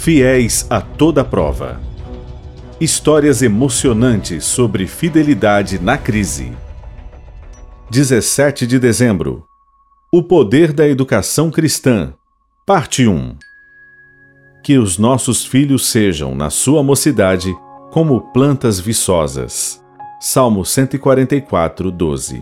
Fiéis a toda prova. Histórias emocionantes sobre fidelidade na crise. 17 de dezembro. O poder da educação cristã. Parte 1. Que os nossos filhos sejam, na sua mocidade, como plantas viçosas. Salmo 144, 12.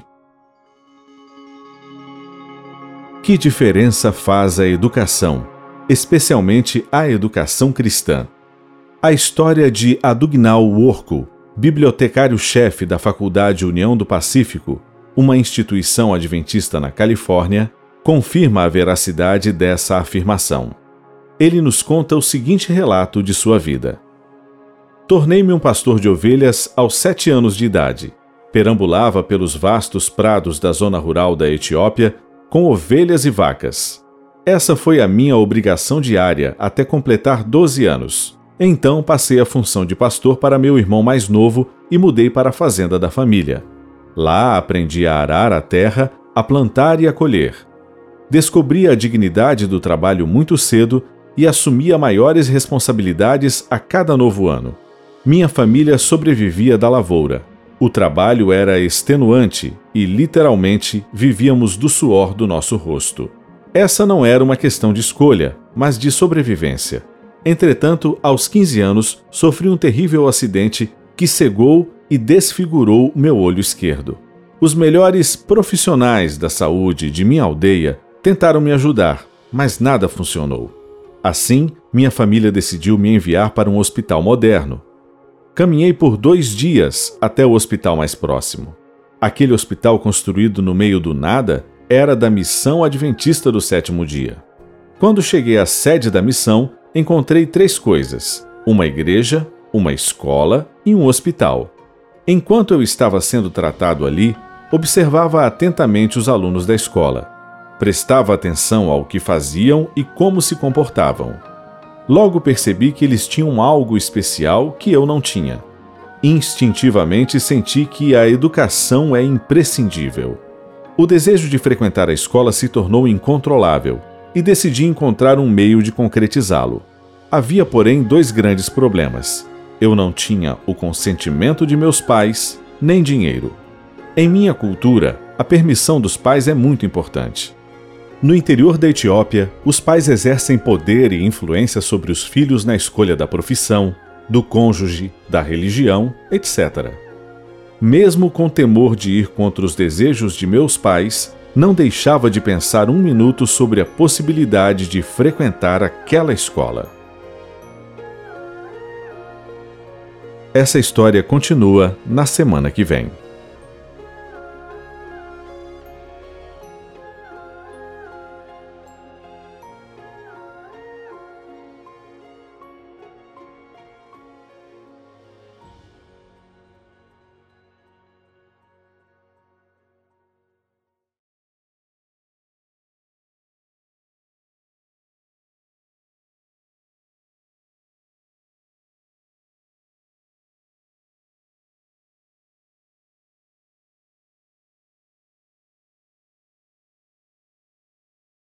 Que diferença faz a educação, especialmente a educação cristã? A história de Adugnal Worco, bibliotecário-chefe da Faculdade União do Pacífico, uma instituição adventista na Califórnia, confirma a veracidade dessa afirmação. Ele nos conta o seguinte relato de sua vida. Tornei-me um pastor de ovelhas aos 7 anos de idade. Perambulava pelos vastos prados da zona rural da Etiópia com ovelhas e vacas. Essa foi a minha obrigação diária até completar 12 anos. Então passei a função de pastor para meu irmão mais novo e mudei para a fazenda da família. Lá aprendi a arar a terra, a plantar e a colher. Descobri a dignidade do trabalho muito cedo e assumia maiores responsabilidades a cada novo ano. Minha família sobrevivia da lavoura. O trabalho era extenuante e, literalmente, vivíamos do suor do nosso rosto. Essa não era uma questão de escolha, mas de sobrevivência. Entretanto, aos 15 anos, sofri um terrível acidente que cegou e desfigurou meu olho esquerdo. Os melhores profissionais da saúde de minha aldeia tentaram me ajudar, mas nada funcionou. Assim, minha família decidiu me enviar para um hospital moderno. Caminhei por 2 dias até o hospital mais próximo. Aquele hospital construído no meio do nada era da Missão Adventista do Sétimo Dia. Quando cheguei à sede da missão, encontrei 3 coisas: uma igreja, uma escola e um hospital. Enquanto eu estava sendo tratado ali, observava atentamente os alunos da escola. Prestava atenção ao que faziam e como se comportavam. Logo percebi que eles tinham algo especial que eu não tinha. Instintivamente senti que a educação é imprescindível. O desejo de frequentar a escola se tornou incontrolável e decidi encontrar um meio de concretizá-lo. Havia, porém, 2 grandes problemas. Eu não tinha o consentimento de meus pais, nem dinheiro. Em minha cultura, a permissão dos pais é muito importante. No interior da Etiópia, os pais exercem poder e influência sobre os filhos na escolha da profissão, do cônjuge, da religião, etc. Mesmo com temor de ir contra os desejos de meus pais, não deixava de pensar 1 minuto sobre a possibilidade de frequentar aquela escola. Essa história continua na semana que vem.